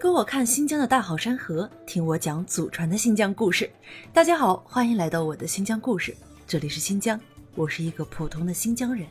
跟我看新疆的大好山河，听我讲祖传的新疆故事。大家好，欢迎来到我的新疆故事，这里是新疆，我是一个普通的新疆人。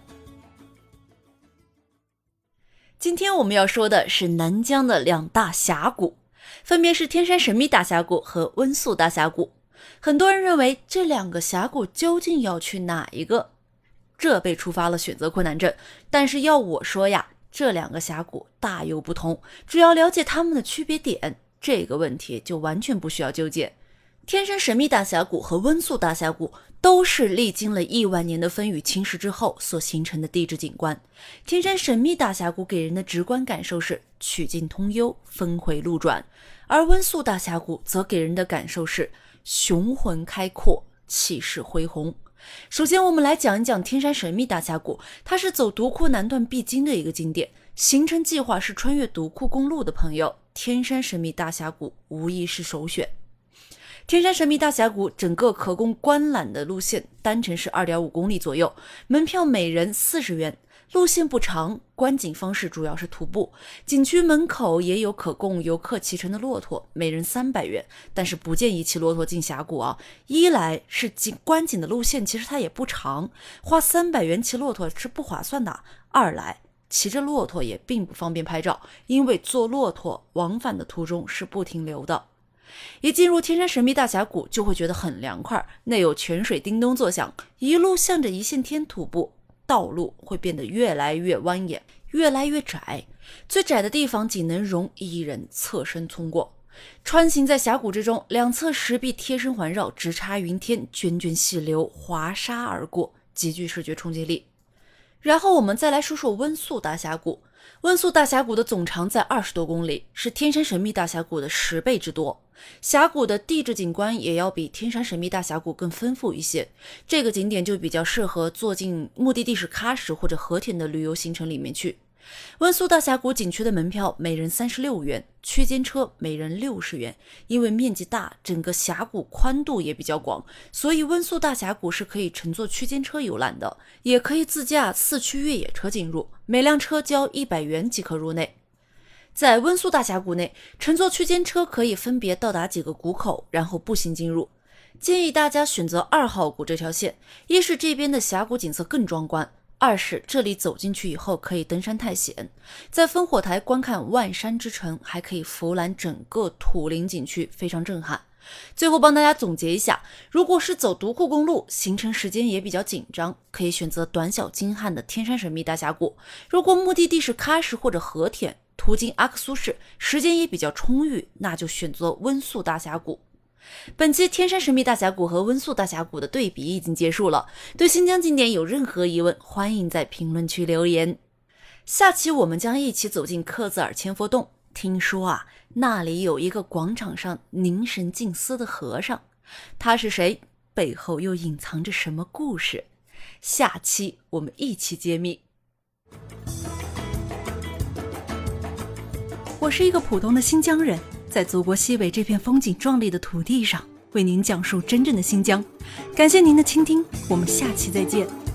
今天我们要说的是南疆的两大峡谷，分别是天山神秘大峡谷和温宿大峡谷。很多人认为这两个峡谷究竟要去哪一个？这被触发了选择困难症，但是要我说呀，这两个峡谷大有不同，只要了解它们的区别点，这个问题就完全不需要纠结。天山神秘大峡谷和温宿大峡谷都是历经了亿万年的风雨侵蚀之后所形成的地质景观。天山神秘大峡谷给人的直观感受是曲径通幽，峰回路转，而温宿大峡谷则给人的感受是雄浑开阔，气势恢宏。首先我们来讲一讲天山神秘大峡谷，它是走独库南段必经的一个景点，行程计划是穿越独库公路的朋友，天山神秘大峡谷无疑是首选。天山神秘大峡谷整个可供观览的路线单程是 2.5 公里左右，门票每人40元，路线不长，观景方式主要是徒步，景区门口也有可供游客骑乘的骆驼，每人300元，但是不建议骑骆驼进峡谷啊。一来是观景的路线其实它也不长，花300元骑骆驼是不划算的；二来骑着骆驼也并不方便拍照，因为坐骆驼往返的途中是不停留的。一进入天山神秘大峡谷就会觉得很凉快，内有泉水叮咚作响，一路向着一线天徒步，道路会变得越来越蜿蜒，越来越窄，最窄的地方仅能容一人侧身冲过。穿行在峡谷之中，两侧石壁贴身环绕，直插云天，涓涓细流滑沙而过，极具视觉冲击力。然后我们再来说说温宿大峡谷。温宿大峡谷的总长在20多公里，是天山神秘大峡谷的10倍之多。峡谷的地质景观也要比天山神秘大峡谷更丰富一些，这个景点就比较适合坐进目的地是喀什或者和田的旅游行程里面去。温宿大峡谷景区的门票每人36元，区间车每人60元。因为面积大，整个峡谷宽度也比较广，所以温宿大峡谷是可以乘坐区间车游览的，也可以自驾4驱越野车进入，每辆车交100元即可入内。在温宿大峡谷内，乘坐区间车可以分别到达几个谷口，然后步行进入。建议大家选择2号谷这条线，一是这边的峡谷景色更壮观，二是这里走进去以后可以登山探险，在烽火台观看万山之城，还可以俯览整个土林景区，非常震撼。最后帮大家总结一下，如果是走独库公路，行程时间也比较紧张，可以选择短小精悍的天山神秘大峡谷。如果目的地是喀什或者和田，途经阿克苏市，时间也比较充裕，那就选择温宿大峡谷。本期天山神秘大峡谷和温宿大峡谷的对比已经结束了，对新疆景点有任何疑问，欢迎在评论区留言。下期我们将一起走进克孜尔千佛洞，听说啊，那里有一个广场上凝神静思的和尚，他是谁？背后又隐藏着什么故事？下期我们一起揭秘。我是一个普通的新疆人，在祖国西北这片风景壮丽的土地上，为您讲述真正的新疆。感谢您的倾听，我们下期再见。